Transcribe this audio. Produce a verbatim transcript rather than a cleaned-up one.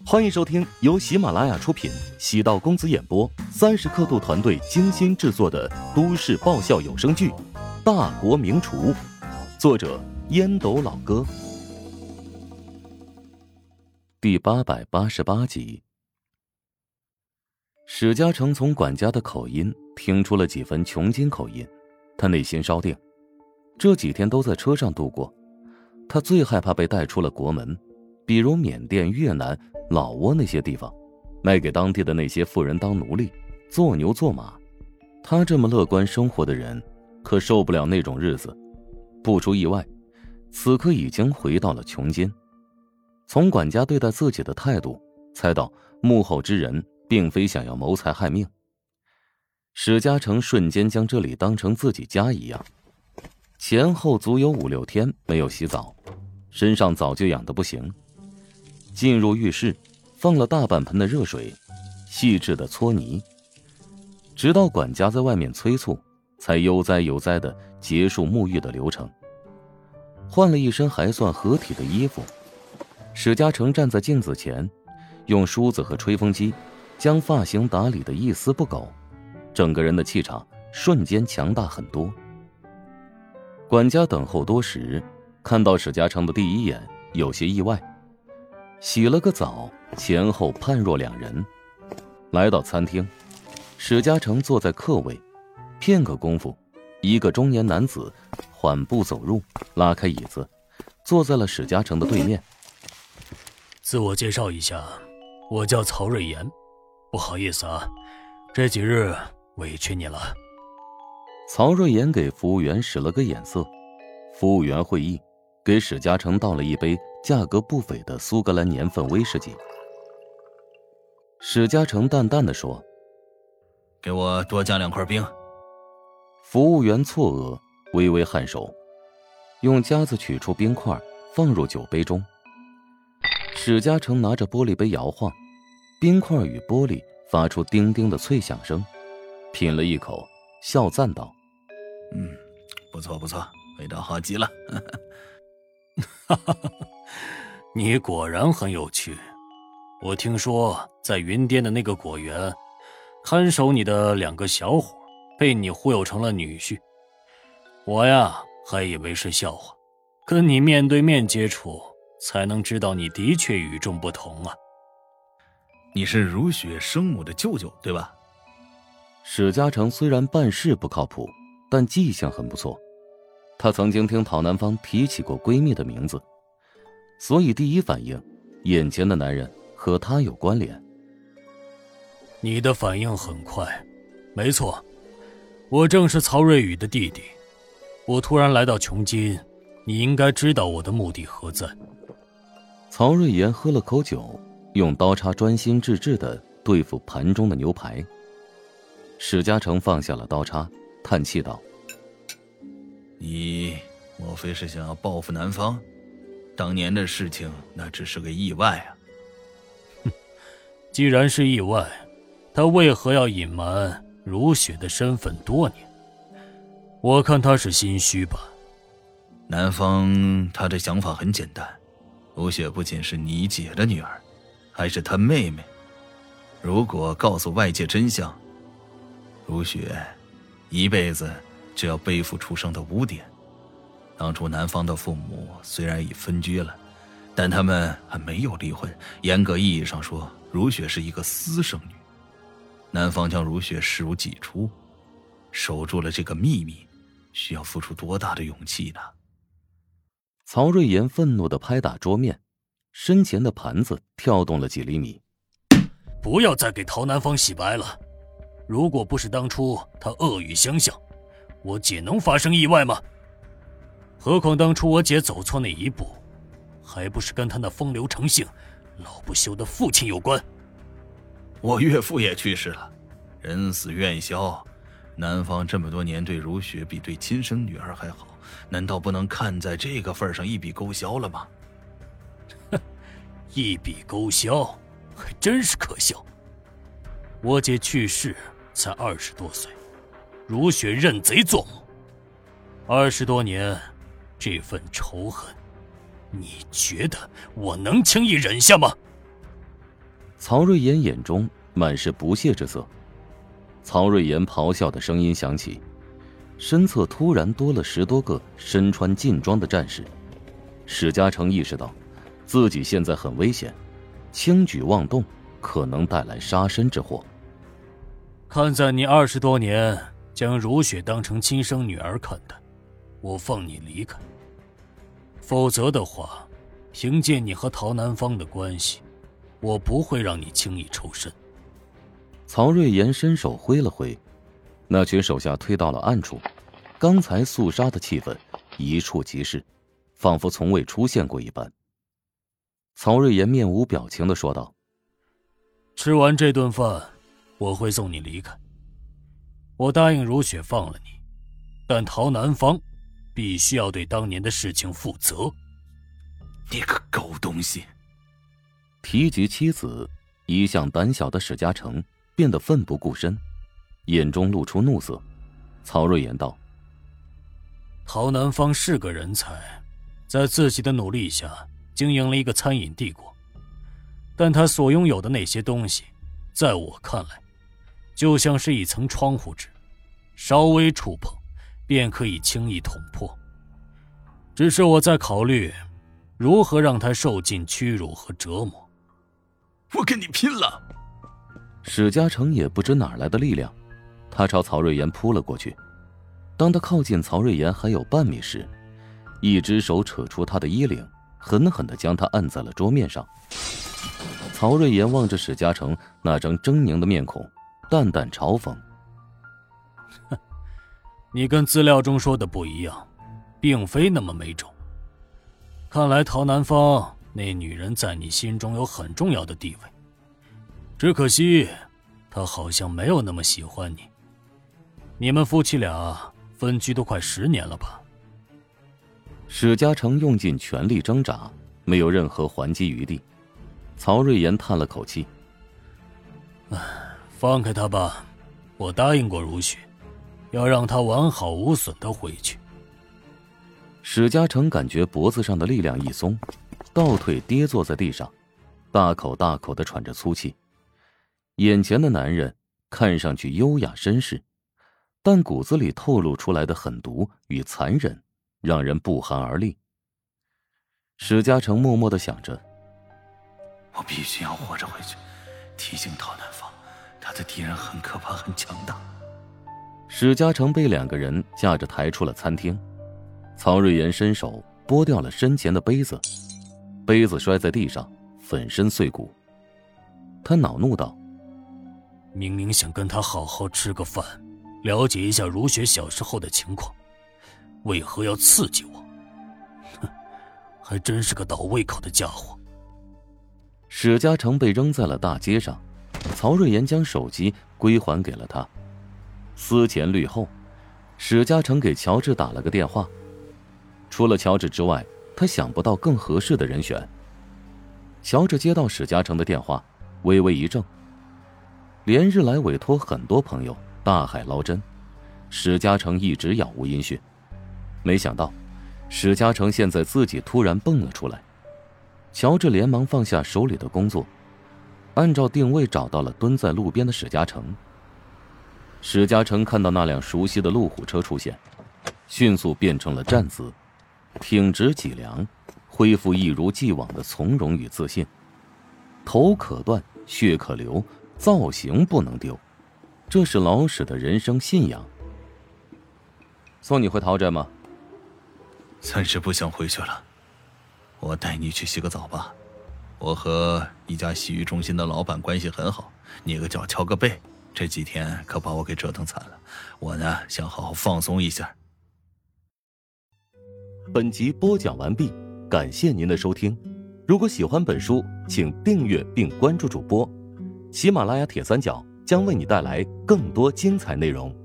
欢迎收听由喜马拉雅出品，喜道公子演播，三十刻度团队精心制作的都市爆笑有声剧《大国名厨》，作者烟斗老哥，第八百八十八集。史嘉诚从管家的口音听出了几分穷津口音，他内心稍定。这几天都在车上度过，他最害怕被带出了国门，比如缅甸、越南、老挝那些地方，卖给当地的那些富人当奴隶，做牛做马。他这么乐观生活的人，可受不了那种日子。不出意外，此刻已经回到了穷津。从管家对待自己的态度，猜到幕后之人并非想要谋财害命。史嘉诚瞬间将这里当成自己家一样，前后足有五六天没有洗澡，身上早就痒得不行。进入浴室，放了大半盆的热水，细致的搓泥，直到管家在外面催促，才悠哉悠哉地结束沐浴的流程。换了一身还算合体的衣服，史嘉诚站在镜子前，用梳子和吹风机将发型打理得一丝不苟，整个人的气场瞬间强大很多。管家等候多时，看到史嘉诚的第一眼有些意外，洗了个澡，前后判若两人。来到餐厅，史嘉诚坐在客位，片刻功夫，一个中年男子缓步走入，拉开椅子，坐在了史嘉诚的对面。 自我介绍一下，我叫曹瑞岩，不好意思啊，这几日委屈你了。 曹瑞岩给服务员使了个眼色，服务员会意，给史嘉诚倒了一杯价格不菲的苏格兰年份威士忌。史嘉诚淡淡地说：“ 给我多加两块冰。” 服务员错愕，微微颔首，用夹子取出冰块，放入酒杯中。史嘉诚拿着玻璃杯摇晃，冰块与玻璃发出叮叮的脆响声，品了一口，笑赞道：“ 嗯，不错不错，味道好极了。” 哈哈，你果然很有趣。我听说在云巅的那个果园，看守你的两个小伙被你忽悠成了女婿。我呀，还以为是笑话，跟你面对面接触，才能知道你的确与众不同啊。 你是如雪生母的舅舅，对吧？ 史嘉诚虽然办事不靠谱，但记性很不错。他曾经听陶南芳提起过闺蜜的名字，所以第一反应，眼前的男人和她有关联。 你的反应很快，没错，我正是曹瑞宇的弟弟。我突然来到穷津，你应该知道我的目的何在。 曹瑞岩喝了口酒，用刀叉专心致志地对付盘中的牛排。史嘉诚放下了刀叉，叹气道：“ 你莫非是想要报复南方？当年的事情那只是个意外啊。” 哼，既然是意外，他为何要隐瞒如雪的身份多年？我看他是心虚吧。 南方他的想法很简单，如雪不仅是你姐的女儿，还是她妹妹。如果告诉外界真相，如雪一辈子只要背负出生的污点。当初南方的父母虽然已分居了，但他们还没有离婚，严格意义上说，如雪是一个私生女。南方将如雪视如己出，守住了这个秘密，需要付出多大的勇气呢？ 曹瑞岩愤怒地拍打桌面，身前的盘子跳动了几厘米。 不要再给陶南方洗白了，如果不是当初他恶语相向，我姐能发生意外吗？何况当初我姐走错那一步，还不是跟他那风流成性、老不休的父亲有关？ 我岳父也去世了，人死愿消。南方这么多年对如雪比对亲生女儿还好，难道不能看在这个份上一笔勾销了吗？ 哼，一笔勾销，还真是可笑。我姐去世才二十多岁，如雪认贼作母，二十多年，这份仇恨，你觉得我能轻易忍下吗？ 曹瑞妍眼中满是不屑之色。曹瑞妍咆哮的声音响起，身侧突然多了十多个身穿劲装的战士。史嘉诚意识到自己现在很危险，轻举妄动可能带来杀身之祸。 看在你二十多年将如雪当成亲生女儿看待，我放你离开。否则的话，凭借你和陶南方的关系，我不会让你轻易抽身。 曹瑞妍伸手挥了挥，那群手下退到了暗处，刚才肃杀的气氛一触即逝，仿佛从未出现过一般。曹瑞妍面无表情地说道： 吃完这顿饭，我会送你离开。我答应如雪放了你，但陶南方必须要对当年的事情负责。 你个狗东西！ 提及妻子，一向胆小的史嘉诚变得奋不顾身，眼中露出怒色。曹瑞妍道： 陶南方是个人才，在自己的努力下经营了一个餐饮帝国，但他所拥有的那些东西，在我看来就像是一层窗户纸，稍微触碰便可以轻易捅破。只是我在考虑如何让他受尽屈辱和折磨。 我跟你拼了！ 史嘉诚也不知哪来的力量，他朝曹瑞妍扑了过去。当他靠近曹瑞妍还有半米时，一只手扯出他的衣领，狠狠地将他按在了桌面上。曹瑞妍望着史嘉诚那张狰狞的面孔，淡淡嘲讽： 你跟资料中说的不一样，并非那么没种。看来陶南方那女人在你心中有很重要的地位，只可惜她好像没有那么喜欢你。你们夫妻俩分居都快十年了吧？ 史嘉诚用尽全力挣扎，没有任何还击余地。曹瑞妍叹了口气： 放开他吧，我答应过如雪，要让他完好无损地回去。 史嘉诚感觉脖子上的力量一松，倒退跌坐在地上，大口大口地喘着粗气。眼前的男人看上去优雅绅士，但骨子里透露出来的狠毒与残忍，让人不寒而栗。史嘉诚默默地想着， 我必须要活着回去，提醒陶南方，他的敌人很可怕，很强大。 史嘉诚被两个人架着抬出了餐厅。曹瑞妍伸手拨掉了身前的杯子，杯子摔在地上，粉身碎骨。他恼怒道： 明明想跟他好好吃个饭，了解一下如雪小时候的情况，为何要刺激我？哼，还真是个倒胃口的家伙。 史嘉诚被扔在了大街上，曹瑞妍将手机归还给了他。思前虑后，史嘉诚给乔治打了个电话。除了乔治之外，他想不到更合适的人选。乔治接到史嘉诚的电话，微微一怔。连日来委托很多朋友大海捞针，史嘉诚一直杳无音讯。没想到史嘉诚现在自己突然蹦了出来。乔治连忙放下手里的工作，按照定位找到了蹲在路边的史嘉诚。史嘉诚看到那辆熟悉的路虎车出现，迅速变成了站姿，挺直脊梁，恢复一如既往的从容与自信。头可断，血可流，造型不能丢，这是老史的人生信仰。送你回陶镇吗？ 暂时不想回去了，我带你去洗个澡吧。我和一家洗浴中心的老板关系很好，捏个脚敲个背，这几天可把我给折腾惨了。我呢，想好好放松一下。 本集播讲完毕，感谢您的收听。如果喜欢本书，请订阅并关注主播。喜马拉雅铁三角将为你带来更多精彩内容。